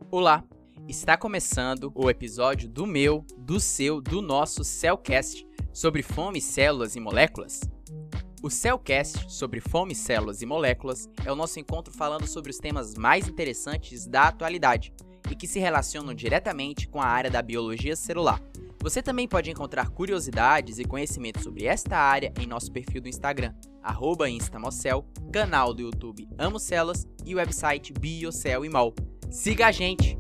Olá, está começando o episódio do meu, do seu, do nosso Cellcast sobre fome, células e moléculas. O Cellcast sobre fome, células e moléculas é o nosso encontro falando sobre os temas mais interessantes da atualidade e que se relacionam diretamente com a área da biologia celular. Você também pode encontrar curiosidades e conhecimentos sobre esta área em nosso perfil do Instagram, @instamocel, canal do YouTube Amo Células e o website BioCellImol. Siga a gente!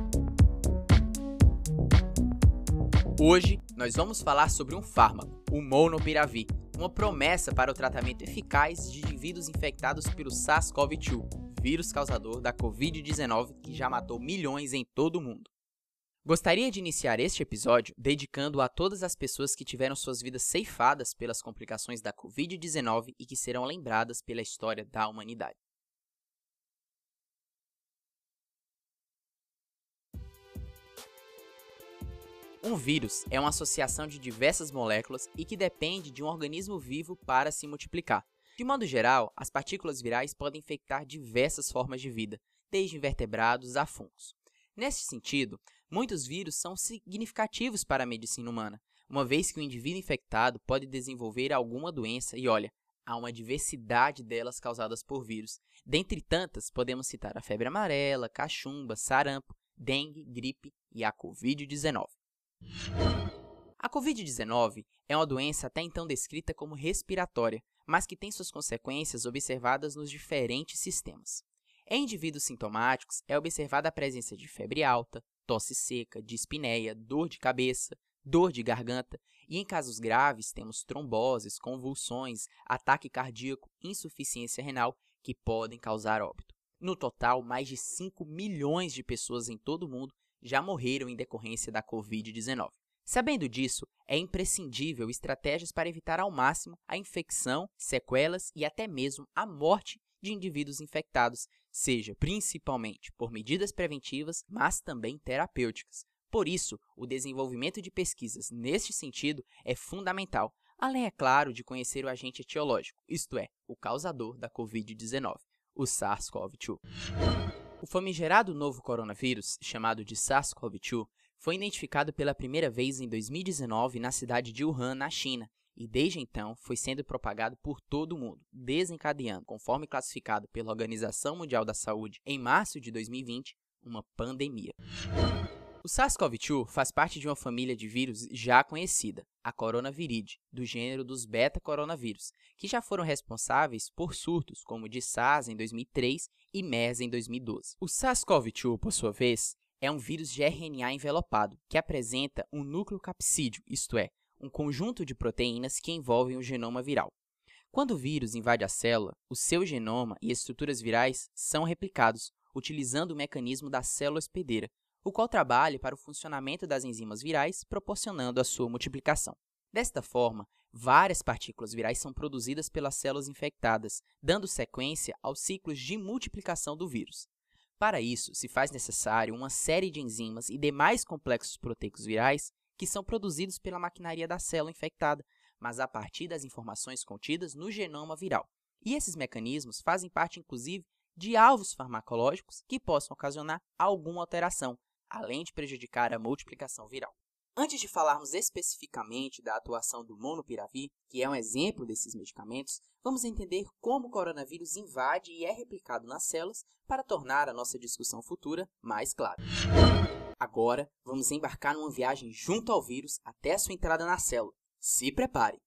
Hoje, nós vamos falar sobre um fármaco, o Molnupiravir, uma promessa para o tratamento eficaz de indivíduos infectados pelo SARS-CoV-2, vírus causador da Covid-19 que já matou milhões em todo o mundo. Gostaria de iniciar este episódio dedicando a todas as pessoas que tiveram suas vidas ceifadas pelas complicações da Covid-19 e que serão lembradas pela história da humanidade. Um vírus é uma associação de diversas moléculas e que depende de um organismo vivo para se multiplicar. De modo geral, as partículas virais podem infectar diversas formas de vida, desde invertebrados a fungos. Nesse sentido, muitos vírus são significativos para a medicina humana, uma vez que o indivíduo infectado pode desenvolver alguma doença e, olha, há uma diversidade delas causadas por vírus. Dentre tantas, podemos citar a febre amarela, cachumba, sarampo, dengue, gripe e a Covid-19. A Covid-19 é uma doença até então descrita como respiratória, mas que tem suas consequências observadas nos diferentes sistemas. Em indivíduos sintomáticos, é observada a presença de febre alta, tosse seca, dispneia, dor de cabeça, dor de garganta e, em casos graves, temos tromboses, convulsões, ataque cardíaco, insuficiência renal, que podem causar óbito. No total, mais de 5 milhões de pessoas em todo o mundo já morreram em decorrência da Covid-19. Sabendo disso, é imprescindível estratégias para evitar ao máximo a infecção, sequelas e até mesmo a morte de indivíduos infectados, seja principalmente por medidas preventivas, mas também terapêuticas. Por isso, o desenvolvimento de pesquisas neste sentido é fundamental, além, é claro, de conhecer o agente etiológico, isto é, o causador da Covid-19, o SARS-CoV-2. O famigerado novo coronavírus, chamado de SARS-CoV-2, foi identificado pela primeira vez em 2019 na cidade de Wuhan, na China, e desde então foi sendo propagado por todo o mundo, desencadeando, conforme classificado pela Organização Mundial da Saúde em março de 2020, uma pandemia. O SARS-CoV-2 faz parte de uma família de vírus já conhecida, a coronaviridae, do gênero dos beta-coronavírus, que já foram responsáveis por surtos como o de SARS em 2003 e MERS em 2012. O SARS-CoV-2, por sua vez, é um vírus de RNA envelopado, que apresenta um núcleo capsídeo, isto é, um conjunto de proteínas que envolvem o genoma viral. Quando o vírus invade a célula, o seu genoma e estruturas virais são replicados, utilizando o mecanismo da célula hospedeira, o qual trabalha para o funcionamento das enzimas virais, proporcionando a sua multiplicação. Desta forma, várias partículas virais são produzidas pelas células infectadas, dando sequência aos ciclos de multiplicação do vírus. Para isso, se faz necessário uma série de enzimas e demais complexos proteicos virais que são produzidos pela maquinaria da célula infectada, mas a partir das informações contidas no genoma viral. E esses mecanismos fazem parte, inclusive, de alvos farmacológicos que possam ocasionar alguma alteração, além de prejudicar a multiplicação viral. Antes de falarmos especificamente da atuação do Molnupiravir, que é um exemplo desses medicamentos, vamos entender como o coronavírus invade e é replicado nas células para tornar a nossa discussão futura mais clara. Agora, vamos embarcar numa viagem junto ao vírus até a sua entrada na célula. Se prepare!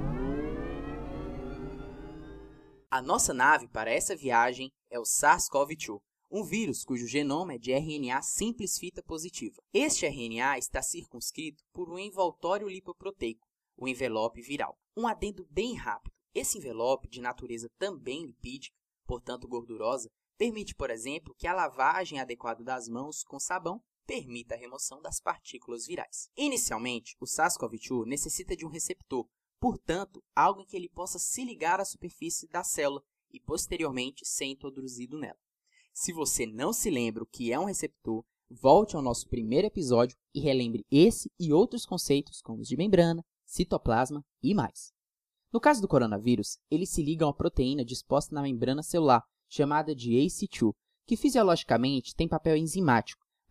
A nossa nave para essa viagem é o SARS-CoV-2, um vírus cujo genoma é de RNA simples fita positiva. Este RNA está circunscrito por um envoltório lipoproteico, o envelope viral. Um adendo bem rápido. Esse envelope, de natureza também lipídica, portanto gordurosa, permite, por exemplo, que a lavagem adequada das mãos com sabão permita a remoção das partículas virais. Inicialmente, o SARS-CoV-2 necessita de um receptor, portanto, algo em que ele possa se ligar à superfície da célula e, posteriormente, ser introduzido nela. Se você não se lembra o que é um receptor, volte ao nosso primeiro episódio e relembre esse e outros conceitos como os de membrana, citoplasma e mais. No caso do coronavírus, eles se ligam a proteína disposta na membrana celular, chamada de ACE2, que fisiologicamente tem papel enzimático,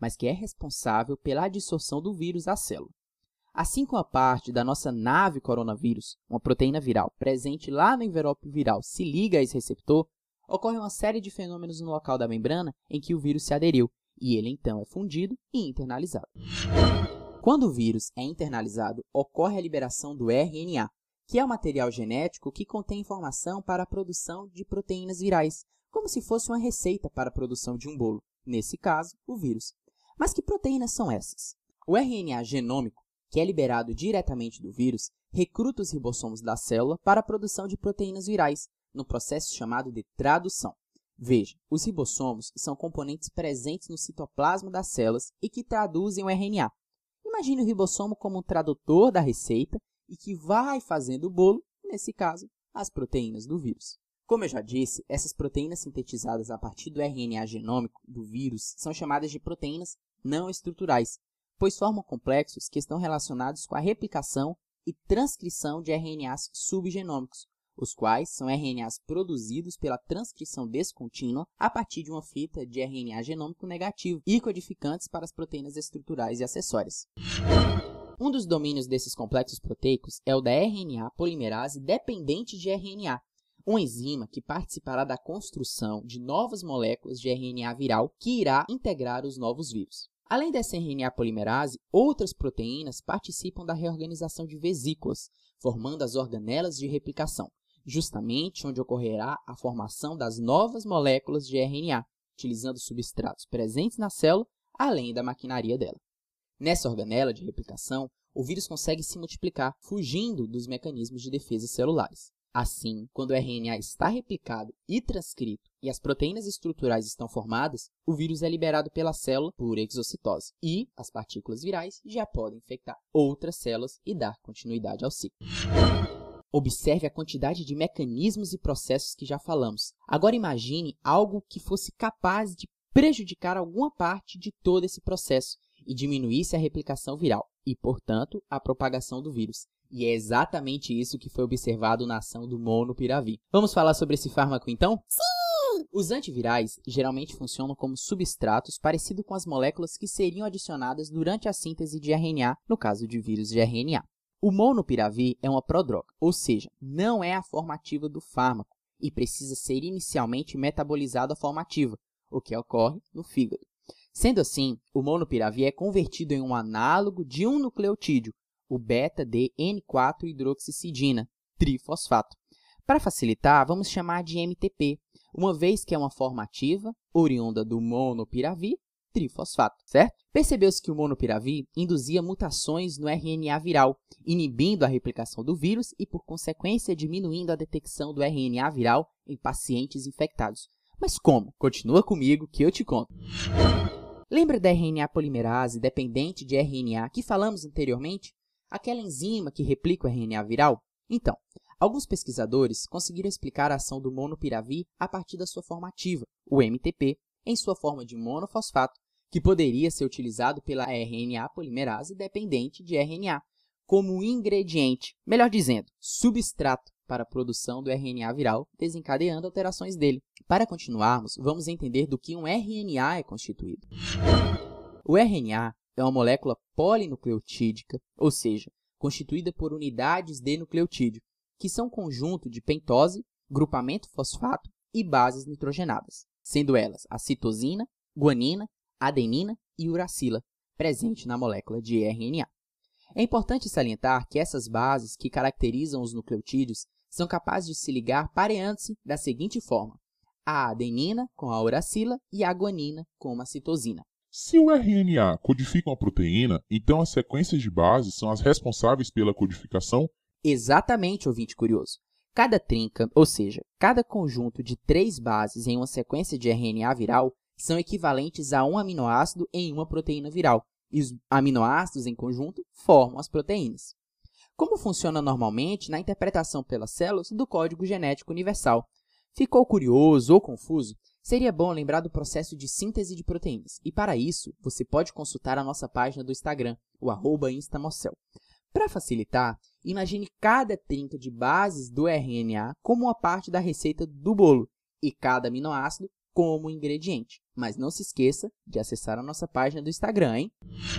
mas que é responsável pela adsorção do vírus à célula. Assim como a parte da nossa nave coronavírus, uma proteína viral presente lá no envelope viral, se liga a esse receptor, ocorre uma série de fenômenos no local da membrana em que o vírus se aderiu, e ele então é fundido e internalizado. Quando o vírus é internalizado, ocorre a liberação do RNA, que é o material genético que contém informação para a produção de proteínas virais, como se fosse uma receita para a produção de um bolo, nesse caso, o vírus. Mas que proteínas são essas? O RNA genômico, que é liberado diretamente do vírus, recruta os ribossomos da célula para a produção de proteínas virais, no processo chamado de tradução. Veja, os ribossomos são componentes presentes no citoplasma das células e que traduzem o RNA. Imagine o ribossomo como um tradutor da receita e que vai fazendo o bolo, nesse caso, as proteínas do vírus. Como eu já disse, essas proteínas sintetizadas a partir do RNA genômico do vírus são chamadas de proteínas não estruturais, pois formam complexos que estão relacionados com a replicação e transcrição de RNAs subgenômicos, os quais são RNAs produzidos pela transcrição descontínua a partir de uma fita de RNA genômico negativo e codificantes para as proteínas estruturais e acessórias. Um dos domínios desses complexos proteicos é o da RNA polimerase dependente de RNA, uma enzima que participará da construção de novas moléculas de RNA viral que irá integrar os novos vírus. Além dessa RNA polimerase, outras proteínas participam da reorganização de vesículas, formando as organelas de replicação, justamente onde ocorrerá a formação das novas moléculas de RNA, utilizando substratos presentes na célula, além da maquinaria dela. Nessa organela de replicação, o vírus consegue se multiplicar, fugindo dos mecanismos de defesa celulares. Assim, quando o RNA está replicado e transcrito e as proteínas estruturais estão formadas, o vírus é liberado pela célula por exocitose e as partículas virais já podem infectar outras células e dar continuidade ao ciclo. Observe a quantidade de mecanismos e processos que já falamos. Agora imagine algo que fosse capaz de prejudicar alguma parte de todo esse processo e diminuísse a replicação viral e, portanto, a propagação do vírus. E é exatamente isso que foi observado na ação do Molnupiravir. Vamos falar sobre esse fármaco, então? Sim! Os antivirais geralmente funcionam como substratos parecidos com as moléculas que seriam adicionadas durante a síntese de RNA, no caso de vírus de RNA. O Molnupiravir é uma prodroga, ou seja, não é a forma ativa do fármaco e precisa ser inicialmente metabolizado à forma ativa, o que ocorre no fígado. Sendo assim, o Molnupiravir é convertido em um análogo de um nucleotídeo, o beta-D-N4-hidroxicidina, trifosfato. Para facilitar, vamos chamar de MTP, uma vez que é uma forma ativa, oriunda do Molnupiravir, trifosfato, certo? Percebeu-se que o Molnupiravir induzia mutações no RNA viral, inibindo a replicação do vírus e, por consequência, diminuindo a detecção do RNA viral em pacientes infectados. Mas como? Continua comigo que eu te conto. Lembra da RNA polimerase dependente de RNA que falamos anteriormente? Aquela enzima que replica o RNA viral? Então, alguns pesquisadores conseguiram explicar a ação do Molnupiravir a partir da sua forma ativa, o MTP, em sua forma de monofosfato, que poderia ser utilizado pela RNA polimerase dependente de RNA, como ingrediente, melhor dizendo, substrato para a produção do RNA viral, desencadeando alterações dele. Para continuarmos, vamos entender do que um RNA é constituído. O RNA é uma molécula polinucleotídica, ou seja, constituída por unidades de nucleotídeo, que são um conjunto de pentose, grupamento fosfato e bases nitrogenadas, sendo elas a citosina, guanina, adenina e uracila, presente na molécula de RNA. É importante salientar que essas bases que caracterizam os nucleotídeos são capazes de se ligar pareando-se da seguinte forma: a adenina com a uracila e a guanina com a citosina. Se o RNA codifica uma proteína, então as sequências de bases são as responsáveis pela codificação? Exatamente, ouvinte curioso. Cada trinca, ou seja, cada conjunto de 3 bases em uma sequência de RNA viral são equivalentes a um aminoácido em uma proteína viral, e os aminoácidos em conjunto formam as proteínas. Como funciona normalmente na interpretação pelas células do código genético universal? Ficou curioso ou confuso? Seria bom lembrar do processo de síntese de proteínas, e para isso, você pode consultar a nossa página do Instagram, o @instamocel. Para facilitar, imagine cada trinca de bases do RNA como uma parte da receita do bolo, e cada aminoácido como ingrediente. Mas não se esqueça de acessar a nossa página do Instagram, hein?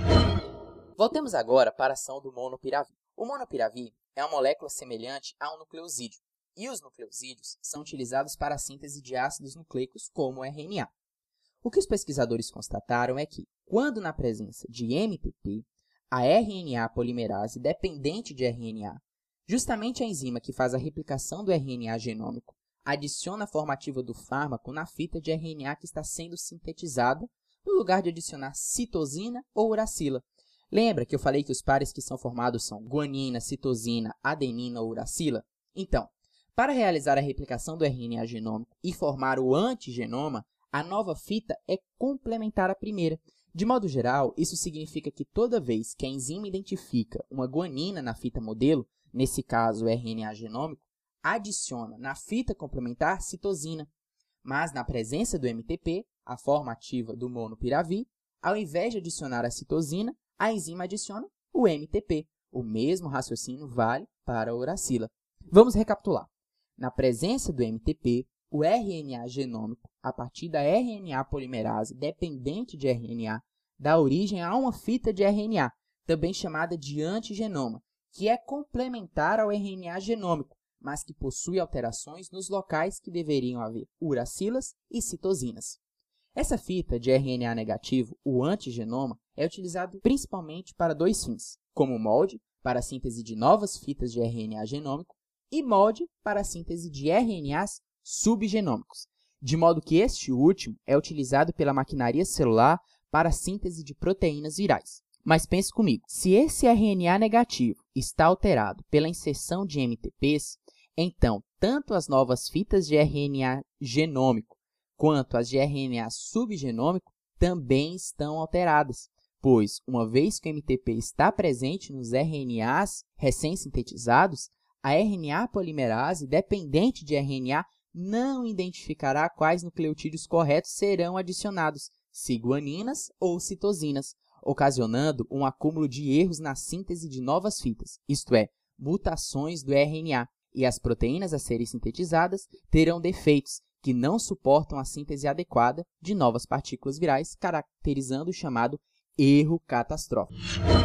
Voltemos agora para a ação do monopiravir. O monopiravir é uma molécula semelhante a um nucleosídeo, e os nucleosídeos são utilizados para a síntese de ácidos nucleicos como o RNA. O que os pesquisadores constataram é que, quando na presença de MTP, a RNA polimerase dependente de RNA, justamente a enzima que faz a replicação do RNA genômico, adiciona a formativa do fármaco na fita de RNA que está sendo sintetizada, no lugar de adicionar citosina ou uracila. Lembra que eu falei que os pares que são formados são guanina, citosina, adenina ou uracila? Então, para realizar a replicação do RNA genômico e formar o antigenoma, a nova fita é complementar à primeira. De modo geral, isso significa que toda vez que a enzima identifica uma guanina na fita modelo, nesse caso o RNA genômico, adiciona na fita complementar citosina. Mas na presença do MTP, a forma ativa do monopiravir, ao invés de adicionar a citosina, a enzima adiciona o MTP. O mesmo raciocínio vale para a uracila. Vamos recapitular. Na presença do MTP, o RNA genômico, a partir da RNA polimerase dependente de RNA, dá origem a uma fita de RNA, também chamada de antigenoma, que é complementar ao RNA genômico, mas que possui alterações nos locais que deveriam haver uracilas e citosinas. Essa fita de RNA negativo, o antigenoma, é utilizado principalmente para dois fins, como molde para a síntese de novas fitas de RNA genômico e molde para a síntese de RNAs subgenômicos, de modo que este último é utilizado pela maquinaria celular para a síntese de proteínas virais. Mas pense comigo, se esse RNA negativo está alterado pela inserção de MTPs, então tanto as novas fitas de RNA genômico quanto as de RNA subgenômico também estão alteradas, pois, uma vez que o MTP está presente nos RNAs recém-sintetizados, a RNA polimerase dependente de RNA não identificará quais nucleotídeos corretos serão adicionados, se guaninas ou citosinas, ocasionando um acúmulo de erros na síntese de novas fitas, isto é, mutações do RNA, e as proteínas a serem sintetizadas terão defeitos que não suportam a síntese adequada de novas partículas virais, caracterizando o chamado erro catastrófico.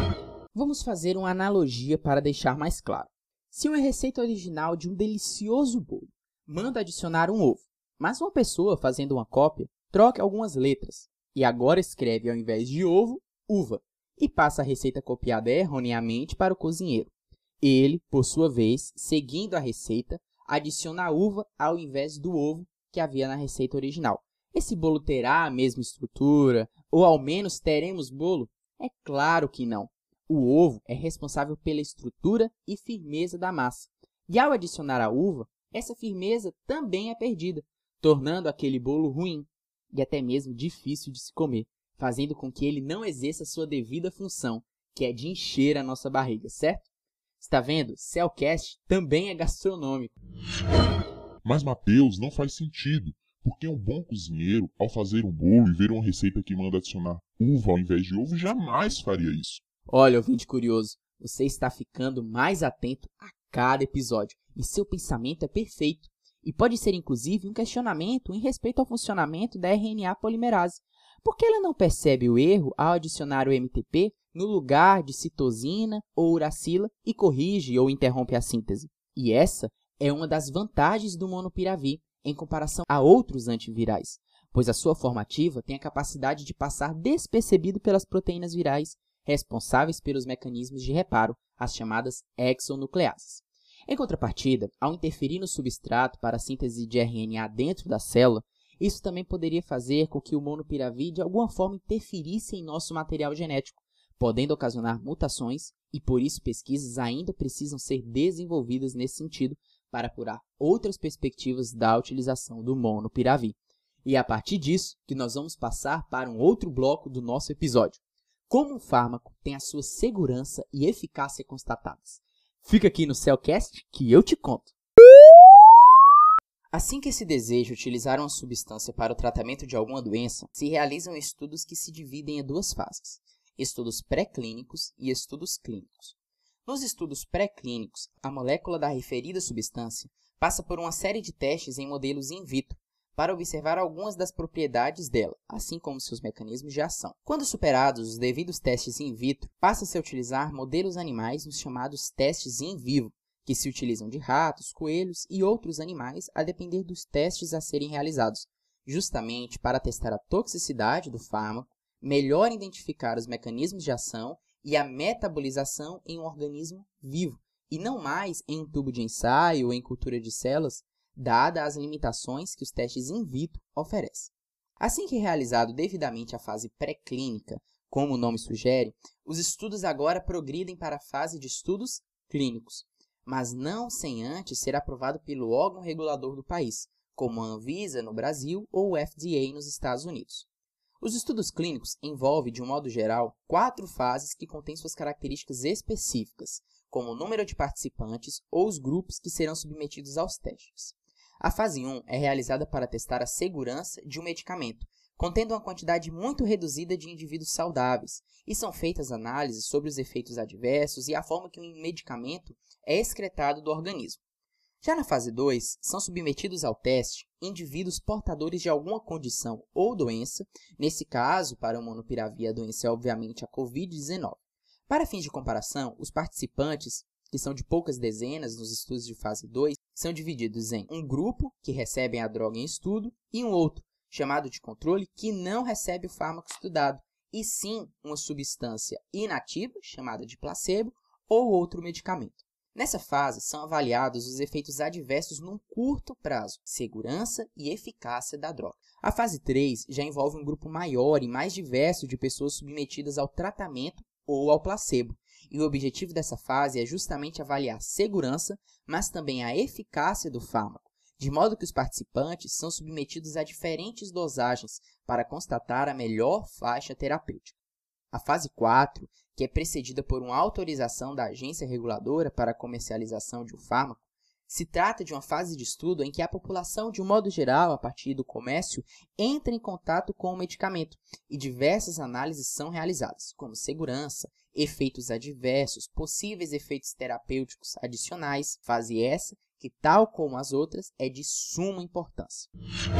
Vamos fazer uma analogia para deixar mais claro. Se uma receita original de um delicioso bolo manda adicionar um ovo, mas uma pessoa fazendo uma cópia troca algumas letras e agora escreve ao invés de ovo, uva, e passa a receita copiada erroneamente para o cozinheiro. Ele, por sua vez, seguindo a receita, adiciona a uva ao invés do ovo que havia na receita original. Esse bolo terá a mesma estrutura? Ou ao menos teremos bolo? É claro que não. O ovo é responsável pela estrutura e firmeza da massa. E ao adicionar a uva, essa firmeza também é perdida, tornando aquele bolo ruim e até mesmo difícil de se comer, fazendo com que ele não exerça sua devida função, que é de encher a nossa barriga, certo? Está vendo? Cellcast também é gastronômico. Mas, Mateus, não faz sentido, porque um bom cozinheiro, ao fazer um bolo e ver uma receita que manda adicionar uva ao invés de ovo, jamais faria isso. Olha, ouvinte curioso, você está ficando mais atento a cada episódio e seu pensamento é perfeito. E pode ser inclusive um questionamento em respeito ao funcionamento da RNA polimerase. Por que ela não percebe o erro ao adicionar o MTP no lugar de citosina ou uracila e corrige ou interrompe a síntese? E essa é uma das vantagens do monopiravir em comparação a outros antivirais, pois a sua formativa tem a capacidade de passar despercebido pelas proteínas virais responsáveis pelos mecanismos de reparo, as chamadas exonucleases. Em contrapartida, ao interferir no substrato para a síntese de RNA dentro da célula, isso também poderia fazer com que o monopiravir de alguma forma interferisse em nosso material genético, podendo ocasionar mutações e por isso pesquisas ainda precisam ser desenvolvidas nesse sentido para apurar outras perspectivas da utilização do monopiravir. E é a partir disso que nós vamos passar para um outro bloco do nosso episódio. Como um fármaco tem a sua segurança e eficácia constatadas. Fica aqui no Cellcast que eu te conto. Assim que se deseja utilizar uma substância para o tratamento de alguma doença, se realizam estudos que se dividem em duas fases: estudos pré-clínicos e estudos clínicos. Nos estudos pré-clínicos, a molécula da referida substância passa por uma série de testes em modelos in vitro, para observar algumas das propriedades dela, assim como seus mecanismos de ação. Quando superados os devidos testes in vitro, passa-se a utilizar modelos animais nos chamados testes in vivo, que se utilizam de ratos, coelhos e outros animais a depender dos testes a serem realizados, justamente para testar a toxicidade do fármaco, melhor identificar os mecanismos de ação e a metabolização em um organismo vivo, e não mais em um tubo de ensaio ou em cultura de células, dada as limitações que os testes in vitro oferecem. Assim que realizado devidamente a fase pré-clínica, como o nome sugere, os estudos agora progridem para a fase de estudos clínicos, mas não sem antes ser aprovado pelo órgão regulador do país, como a Anvisa no Brasil ou o FDA nos Estados Unidos. Os estudos clínicos envolvem, de um modo geral, 4 fases que contêm suas características específicas, como o número de participantes ou os grupos que serão submetidos aos testes. A fase 1 é realizada para testar a segurança de um medicamento, contendo uma quantidade muito reduzida de indivíduos saudáveis, e são feitas análises sobre os efeitos adversos e a forma que o medicamento é excretado do organismo. Já na fase 2, são submetidos ao teste indivíduos portadores de alguma condição ou doença, nesse caso, para o Molnupiravir, a doença é obviamente a Covid-19. Para fins de comparação, os participantes, que são de poucas dezenas nos estudos de fase 2, são divididos em um grupo, que recebem a droga em estudo, e um outro, chamado de controle, que não recebe o fármaco estudado, e sim uma substância inativa, chamada de placebo, ou outro medicamento. Nessa fase, são avaliados os efeitos adversos num curto prazo, segurança e eficácia da droga. A fase 3 já envolve um grupo maior e mais diverso de pessoas submetidas ao tratamento ou ao placebo, e o objetivo dessa fase é justamente avaliar a segurança, mas também a eficácia do fármaco, de modo que os participantes são submetidos a diferentes dosagens para constatar a melhor faixa terapêutica. A fase 4, que é precedida por uma autorização da agência reguladora para a comercialização de um fármaco, se trata de uma fase de estudo em que a população, de um modo geral, a partir do comércio, entra em contato com o medicamento e diversas análises são realizadas, como segurança, efeitos adversos, possíveis efeitos terapêuticos adicionais, fase essa que, tal como as outras, é de suma importância.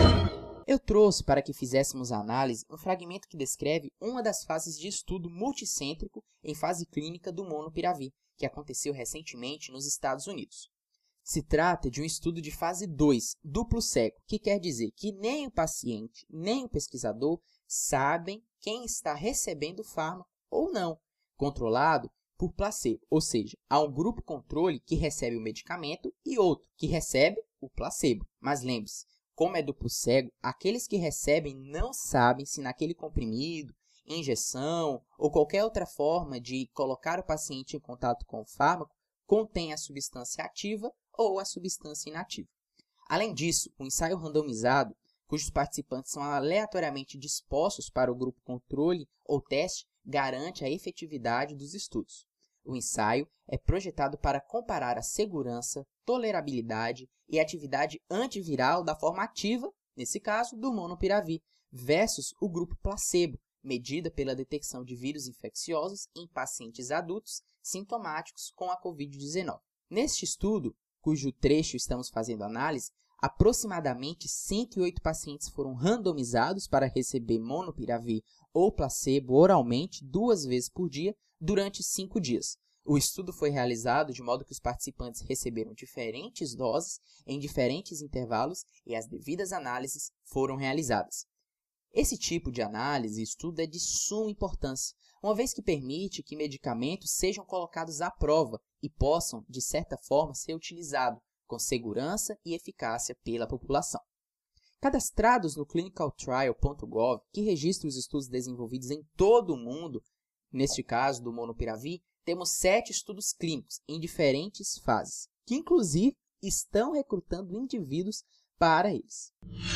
Eu trouxe para que fizéssemos a análise um fragmento que descreve uma das fases de estudo multicêntrico em fase clínica do Molnupiravir, que aconteceu recentemente nos Estados Unidos. Se trata de um estudo de fase 2, duplo cego, que quer dizer que nem o paciente, nem o pesquisador sabem quem está recebendo o fármaco ou não, controlado por placebo, ou seja, há um grupo controle que recebe o medicamento e outro que recebe o placebo. Mas lembre-se, como é duplo cego, aqueles que recebem não sabem se naquele comprimido, injeção ou qualquer outra forma de colocar o paciente em contato com o fármaco contém a substância ativa ou a substância inativa. Além disso, o ensaio randomizado, cujos participantes são aleatoriamente dispostos para o grupo controle ou teste, garante a efetividade dos estudos. O ensaio é projetado para comparar a segurança, tolerabilidade e atividade antiviral da forma ativa, nesse caso, do Molnupiravir, versus o grupo placebo, medida pela detecção de vírus infecciosos em pacientes adultos sintomáticos com a Covid-19. Neste estudo, cujo trecho estamos fazendo análise, aproximadamente 108 pacientes foram randomizados para receber Molnupiravir ou placebo oralmente 2 vezes por dia durante 5 dias. O estudo foi realizado de modo que os participantes receberam diferentes doses em diferentes intervalos e as devidas análises foram realizadas. Esse tipo de análise e estudo é de suma importância, uma vez que permite que medicamentos sejam colocados à prova e possam, de certa forma, ser utilizados com segurança e eficácia pela população. Cadastrados no clinicaltrial.gov, que registra os estudos desenvolvidos em todo o mundo, neste caso do Molnupiravir, temos 7 estudos clínicos em diferentes fases, que inclusive estão recrutando indivíduos para eles.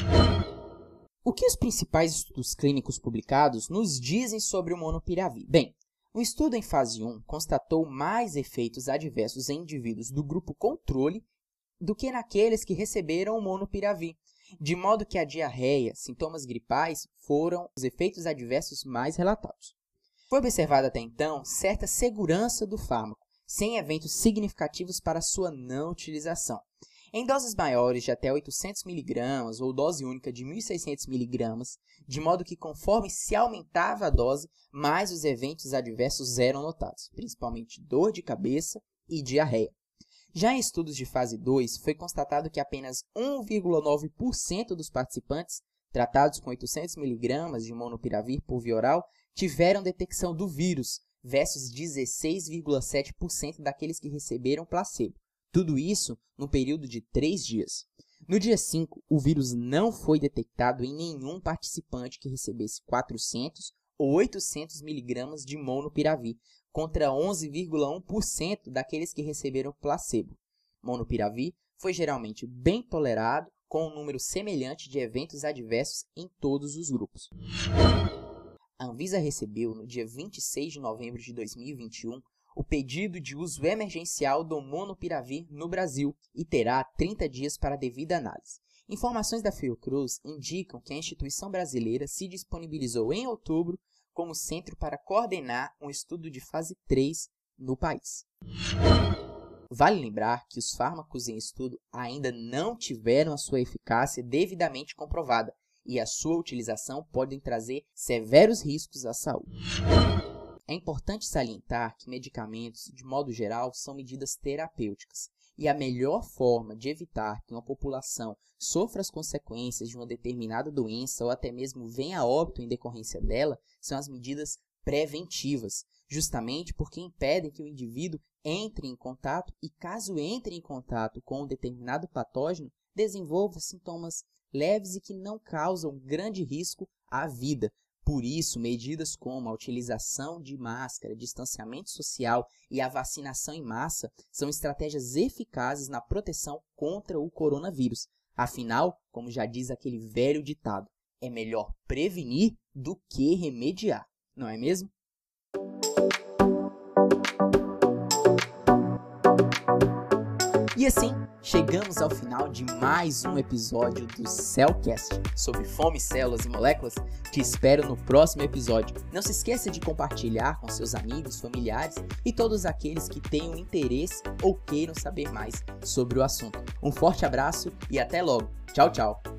O que os principais estudos clínicos publicados nos dizem sobre o Molnupiravir? Bem, um estudo em fase 1 constatou mais efeitos adversos em indivíduos do grupo controle do que naqueles que receberam o Molnupiravir, de modo que a diarreia, sintomas gripais, foram os efeitos adversos mais relatados. Foi observada até então certa segurança do fármaco, sem eventos significativos para sua não utilização. Em doses maiores de até 800 mg ou dose única de 1.600 mg, de modo que conforme se aumentava a dose, mais os eventos adversos eram notados, principalmente dor de cabeça e diarreia. Já em estudos de fase 2, foi constatado que apenas 1,9% dos participantes tratados com 800 mg de molnupiravir por via oral tiveram detecção do vírus, versus 16,7% daqueles que receberam placebo. Tudo isso no período de 3 dias. No dia 5, o vírus não foi detectado em nenhum participante que recebesse 400 ou 800 mg de molnupiravir, contra 11,1% daqueles que receberam placebo. Molnupiravir foi geralmente bem tolerado, com um número semelhante de eventos adversos em todos os grupos. A Anvisa recebeu, no dia 26 de novembro de 2021, o pedido de uso emergencial do molnupiravir no Brasil e terá 30 dias para devida análise. Informações da Fiocruz indicam que a instituição brasileira se disponibilizou em outubro como centro para coordenar um estudo de fase 3 no país. Vale lembrar que os fármacos em estudo ainda não tiveram a sua eficácia devidamente comprovada e a sua utilização pode trazer severos riscos à saúde. É importante salientar que medicamentos, de modo geral, são medidas terapêuticas e a melhor forma de evitar que uma população sofra as consequências de uma determinada doença ou até mesmo venha a óbito em decorrência dela são as medidas preventivas, justamente porque impedem que o indivíduo entre em contato e, caso entre em contato com um determinado patógeno, desenvolva sintomas leves e que não causam grande risco à vida. Por isso, medidas como a utilização de máscara, distanciamento social e a vacinação em massa são estratégias eficazes na proteção contra o coronavírus. Afinal, como já diz aquele velho ditado, é melhor prevenir do que remediar, não é mesmo? E assim, chegamos ao final de mais um episódio do Cellcast sobre fome, células e moléculas. Te espero no próximo episódio. Não se esqueça de compartilhar com seus amigos, familiares e todos aqueles que tenham interesse ou queiram saber mais sobre o assunto. Um forte abraço e até logo. Tchau, tchau.